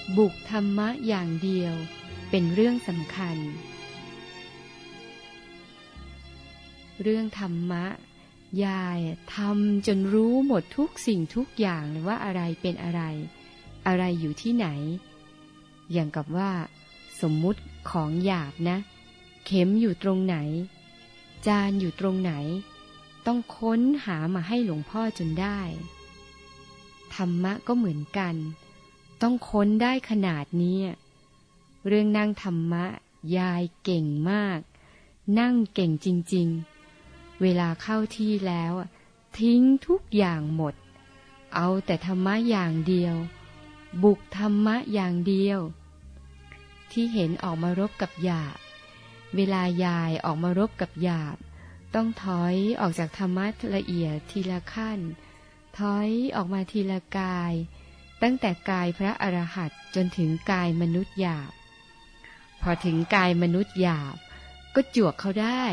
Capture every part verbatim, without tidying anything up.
บุกธรรมะอย่างเดียวเป็นเรื่องสำคัญเรื่องธรรมะยายทำจนรู้หมดทุกสิ่งทุกอย่างเลยว่าอะไรเป็นอะไรอะไรอยู่ที่ไหนอย่างกับว่าสมมุติของหยาบนะเข็มอยู่ตรงไหนจานอยู่ตรงไหนต้องค้นหามาให้หลวงพ่อจนได้ธรรมะก็เหมือนกันต้องค้นได้ขนาดนี้เรื่องนั่งธรรมะยายเก่งมากนั่งเก่งจริงๆเวลาเข้าที่แล้วทิ้งทุกอย่างหมดเอาแต่ธรรมะอย่างเดียวบุกธรรมะอย่างเดียวที่เห็นออกมารบกับหยาบเวลายายออกมารบกับหยาบต้องถอยออกจากธรรมะละเอียดทีละขั้นถอยออกมาทีละกายตั้งแต่กายพระอรหันต์จนถึงกายมนุษย์หยาบพอถึงกายมนุษย์หยาบก็จวกเขาได้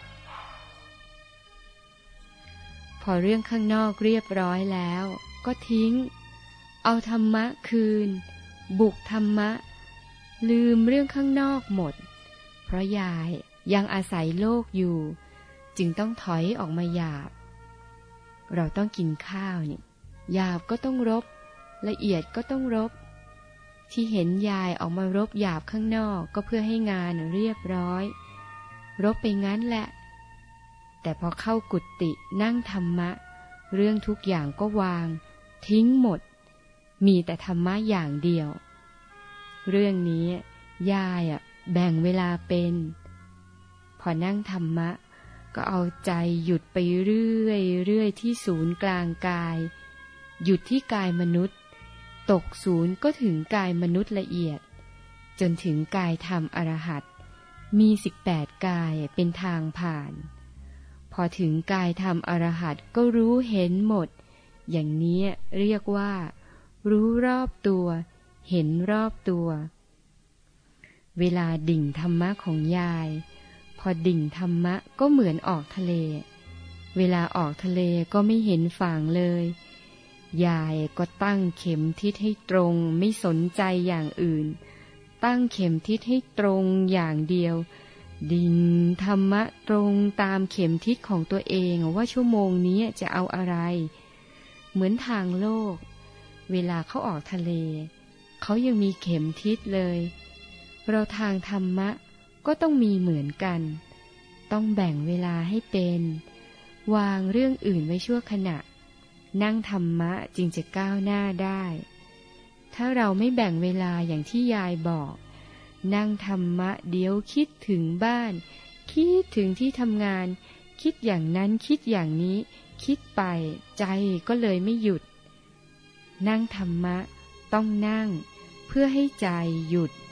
พอเรื่องข้างนอกเรียบร้อยแล้วก็ทิ้งเอาธรรมะคืนบุกธรรมะลืมเรื่องข้างนอกหมดเพราะยายยังอาศัยโลกอยู่จึงต้องถอยออกมาหยาบเราต้องกินข้าวนี่หยาบก็ต้องรบละเอียดก็ต้องรบที่เห็นยายออกมารบหยาบข้างนอกก็เพื่อให้งานเรียบร้อยรบไปงั้นแหละแต่พอเข้ากุฏินั่งธรรมะเรื่องทุกอย่างก็วางทิ้งหมดมีแต่ธรรมะอย่างเดียวเรื่องนี้ยายอ่ะแบ่งเวลาเป็นพอนั่งธรรมะก็เอาใจหยุดไปเรื่อยเรื่อยที่ศูนย์กลางกายหยุดที่กายมนุษย์ตกศูนย์ก็ถึงกายมนุษย์ละเอียดจนถึงกายธรรมอรหัตมีสิบแปดกายเป็นทางผ่านพอถึงกายธรรมอรหัตก็รู้เห็นหมดอย่างนี้เรียกว่ารู้รอบตัวเห็นรอบตัวเวลาดิ่งธรรมะของยายพอดิ่งธรรมะก็เหมือนออกทะเลเวลาออกทะเลก็ไม่เห็นฝั่งเลยยายก็ตั้งเข็มทิศให้ตรงไม่สนใจอย่างอื่นตั้งเข็มทิศให้ตรงอย่างเดียวดิ่งธรรมะตรงตามเข็มทิศของตัวเองว่าชั่วโมงนี้จะเอาอะไรเหมือนทางโลกเวลาเขาออกทะเลเขายังมีเข็มทิศเลยเราทางธรรมะก็ต้องมีเหมือนกันต้องแบ่งเวลาให้เป็นวางเรื่องอื่นไว้ชั่วขณะนั่งธรรมะจึงจะก้าวหน้าได้ถ้าเราไม่แบ่งเวลาอย่างที่ยายบอกนั่งธรรมะเดี๋ยวคิดถึงบ้านคิดถึงที่ทำงานคิดอย่างนั้นคิดอย่างนี้คิดไปใจก็เลยไม่หยุดนั่งธรรมะต้องนั่งเพื่อให้ใจหยุด